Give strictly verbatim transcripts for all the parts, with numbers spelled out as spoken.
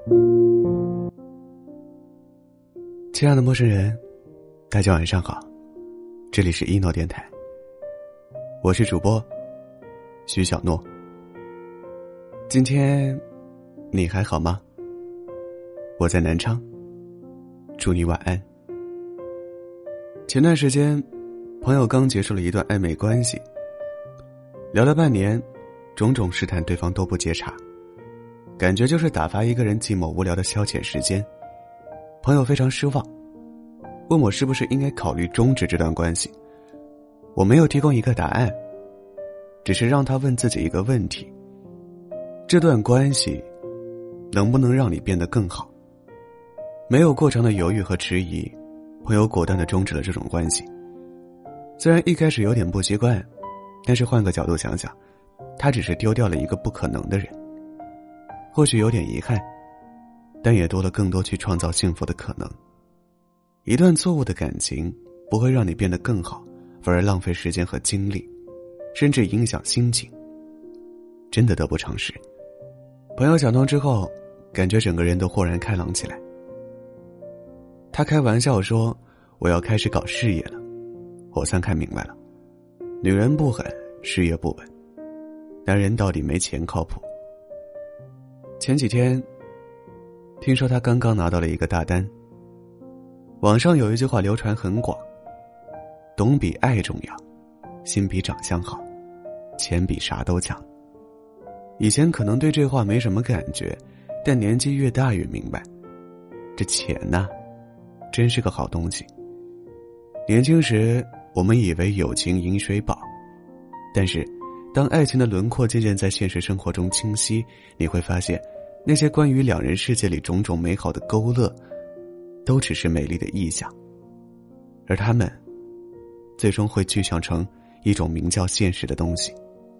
亲爱的陌生人，大家晚上好，这里是一诺电台，我是主播徐小诺。今天你还好吗？我在南昌，祝你晚安。前段时间朋友刚结束了一段暧昧关系，聊了半年，种种试探对方都不接茬，感觉就是打发一个人寂寞无聊的消遣时间。朋友非常失望，问我是不是应该考虑终止这段关系。我没有提供一个答案，只是让他问自己一个问题：这段关系能不能让你变得更好？没有过长的犹豫和迟疑，朋友果断地终止了这种关系。虽然一开始有点不习惯，但是换个角度想想，他只是丢掉了一个不可能的人，或许有点遗憾，但也多了更多去创造幸福的可能。一段错误的感情不会让你变得更好，反而浪费时间和精力，甚至影响心情，真的得不偿失。朋友想通之后，感觉整个人都豁然开朗起来。他开玩笑说，我要开始搞事业了。我算看明白了，女人不狠，事业不稳，男人到底没钱靠谱。前几天听说他刚刚拿到了一个大单，网上有一句话流传很广：懂比爱重要，心比长相好，钱比啥都强。以前可能对这话没什么感觉，但年纪越大越明白，这钱呐，真是个好东西。年轻时我们以为友情饮水饱，但是当爱情的轮廓渐渐在现实生活中清晰，你会发现那些关于两人世界里种种美好的勾勒都只是美丽的臆想，而他们最终会具象成一种名叫现实的东西。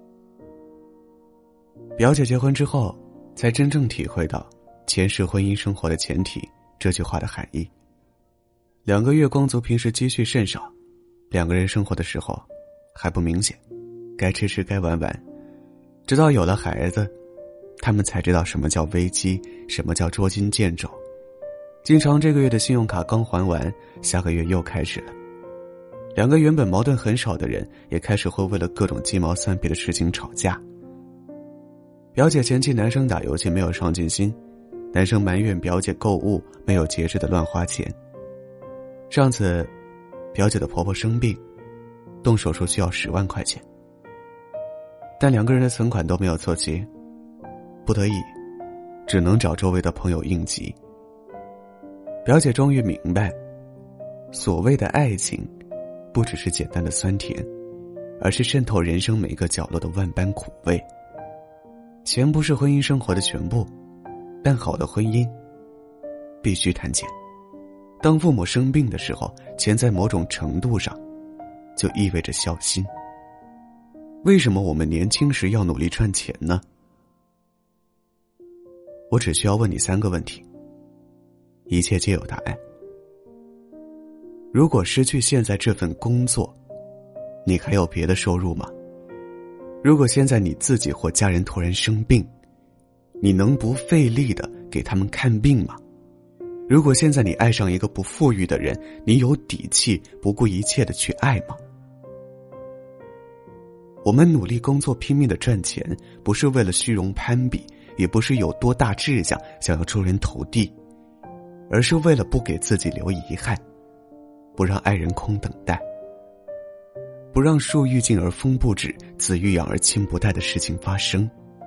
表姐结婚之后才真正体会到钱是婚姻生活的前提这句话的含义。两个月光族平时积蓄甚少，两个人生活的时候还不明显，该吃吃该玩玩，直到有了孩子，他们才知道什么叫危机，什么叫捉襟见肘。经常这个月的信用卡刚还完，下个月又开始了。两个原本矛盾很少的人也开始会为了各种鸡毛蒜皮的事情吵架。表姐嫌弃男生打游戏没有上进心，男生埋怨表姐购物没有节制的乱花钱。上次表姐的婆婆生病，动手术需要十万块钱，但两个人的存款都没有凑齐，不得已只能找周围的朋友应急。表姐终于明白，所谓的爱情不只是简单的酸甜，而是渗透人生每个角落的万般苦味。钱不是婚姻生活的全部，但好的婚姻必须谈钱。当父母生病的时候，钱在某种程度上就意味着孝心。为什么我们年轻时要努力赚钱呢？我只需要问你三个问题，一切皆有答案。如果失去现在这份工作，你还有别的收入吗？如果现在你自己或家人突然生病，你能不费力的给他们看病吗？如果现在你爱上一个不富裕的人，你有底气不顾一切的去爱吗？我们努力工作拼命的赚钱，不是为了虚荣攀比，也不是有多大志向想要出人头地，而是为了不给自己留遗憾，不让爱人空等待，不让树欲静而风不止，子欲养而亲不待的事情发生。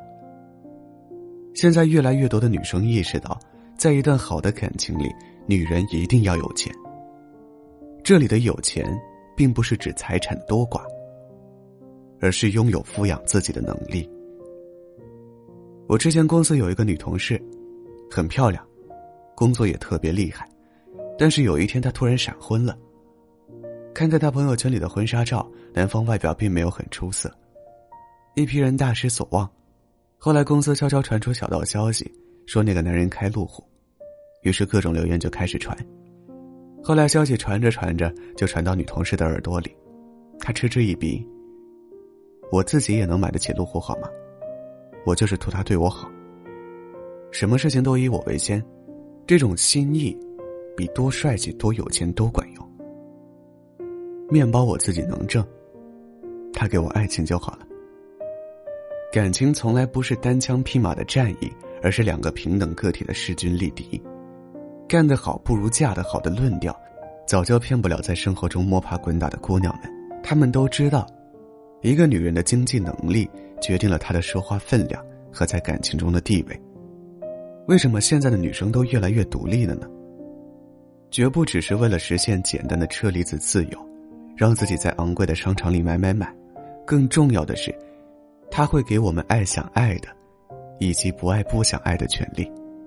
现在越来越多的女生意识到，在一段好的感情里，女人一定要有钱。这里的有钱并不是指财产的多寡，而是拥有抚养自己的能力。我之前公司有一个女同事，很漂亮，工作也特别厉害，但是有一天她突然闪婚了。看看她朋友圈里的婚纱照，男方外表并没有很出色，一批人大失所望。后来公司悄悄传出小道消息，说那个男人开路虎，于是各种留言就开始传。后来消息传着传着就传到女同事的耳朵里，她嗤之以鼻，我自己也能买得起路虎好吗？我就是图他对我好。 什么事情都以我为先，这种心意比多帅气多有钱都管用。面包我自己能挣，他给我爱情就好了。感情从来不是单枪匹马的战役，而是两个平等个体的势均力敌。干得好不如嫁得好的论调早就骗不了在生活中摸爬滚打的姑娘们。她们都知道，一个女人的经济能力决定了她的说话分量和在感情中的地位。为什么现在的女生都越来越独立了呢？绝不只是为了实现简单的车厘子自由，让自己在昂贵的商场里买买买，更重要的是她会给我们爱想爱的以及不爱不想爱的权利。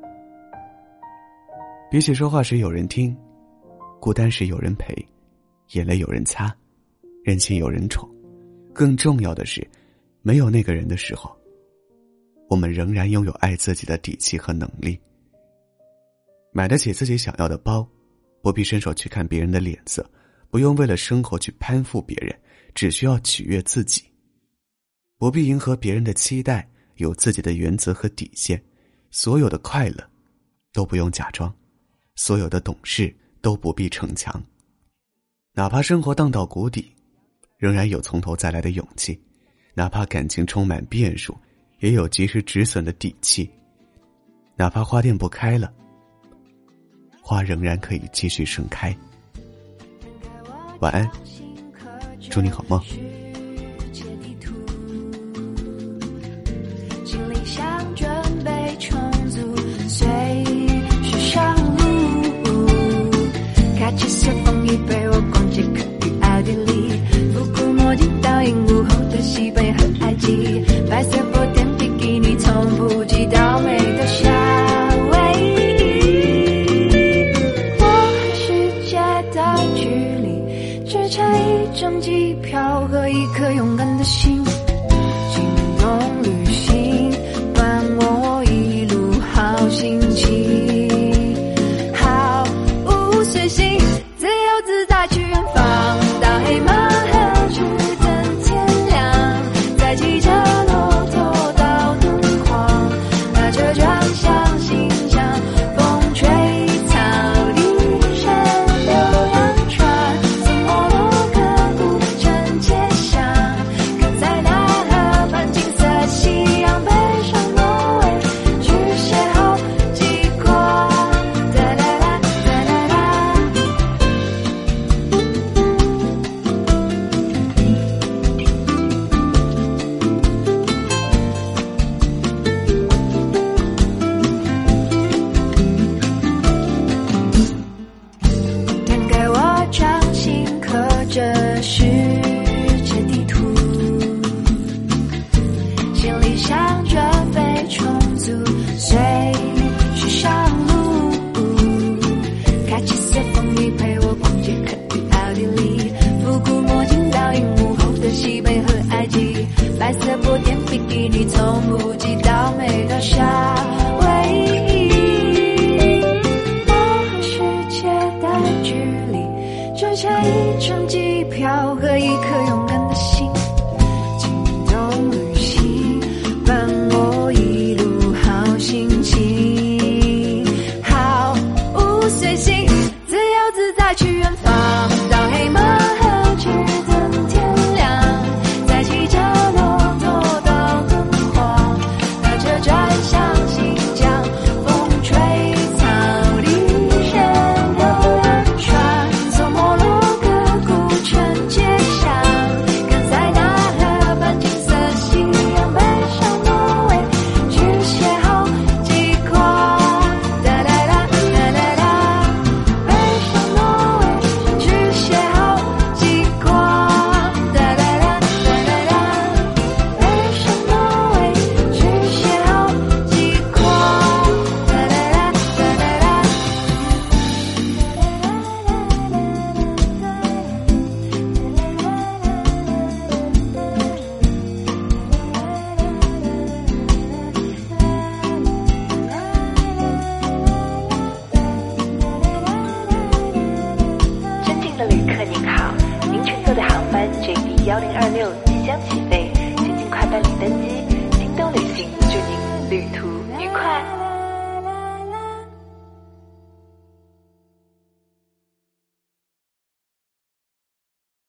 比起说话时有人听，孤单时有人陪，眼泪有人擦，任性有人宠，更重要的是，没有那个人的时候，我们仍然拥有爱自己的底气和能力。买得起自己想要的包，不必伸手去看别人的脸色，不用为了生活去攀附别人，只需要取悦自己。不必迎合别人的期待，有自己的原则和底线。所有的快乐都不用假装，所有的懂事都不必逞强。哪怕生活荡到谷底，仍然有从头再来的勇气；哪怕感情充满变数，也有及时止损的底气；哪怕花店不开了，花仍然可以继续盛开。晚安，祝你好梦。 行李箱准备重组，随时上路。开启随风衣陪我逛街，可与奥地利，复古墨镜倒映午后的西北和埃及，白色薄垫比基尼从普吉到美的夏威夷。我和世界的距离，只差一张机票和一颗勇敢的心。行动旅行伴我一路好心情，毫无随行，自由自在去远方，到黑马河直等天亮，再骑着骆驼到敦煌，拿着转向信箱，风吹草低山流洋船，从摩洛哥古城街巷，跟在那河畔金色夕阳，北上挪威去邂逅极光，哒啦啦哒啦啦。摊开我掌心，刻着世界地图，行李箱准备重组，随时上路。开启随风衣陪我逛街，可与奥地利，复古墨镜倒映午后的西北和埃及，白色薄垫比基尼从普吉到美到夏威夷。我和世界的距离，只差一张机票和一颗勇敢的心。行动旅行伴我一路好心情，毫无随行，自由自在去远方，到黑马河直等天亮，再骑着骆驼到敦煌，拿着转向新疆，风吹草低山流洋船，从摩洛哥古城街巷，跟在那河畔金色夕阳，北上挪威去邂逅极光，哒啦啦哒啦啦，北上挪威去邂逅极光，哒啦啦哒啦啦，北上挪威去邂逅极光，哒啦啦哒啦啦。尊敬的旅客您好，您乘坐的航班 J D 一零二六即将起飞，请尽快办理登机。京东旅行祝您旅途愉快。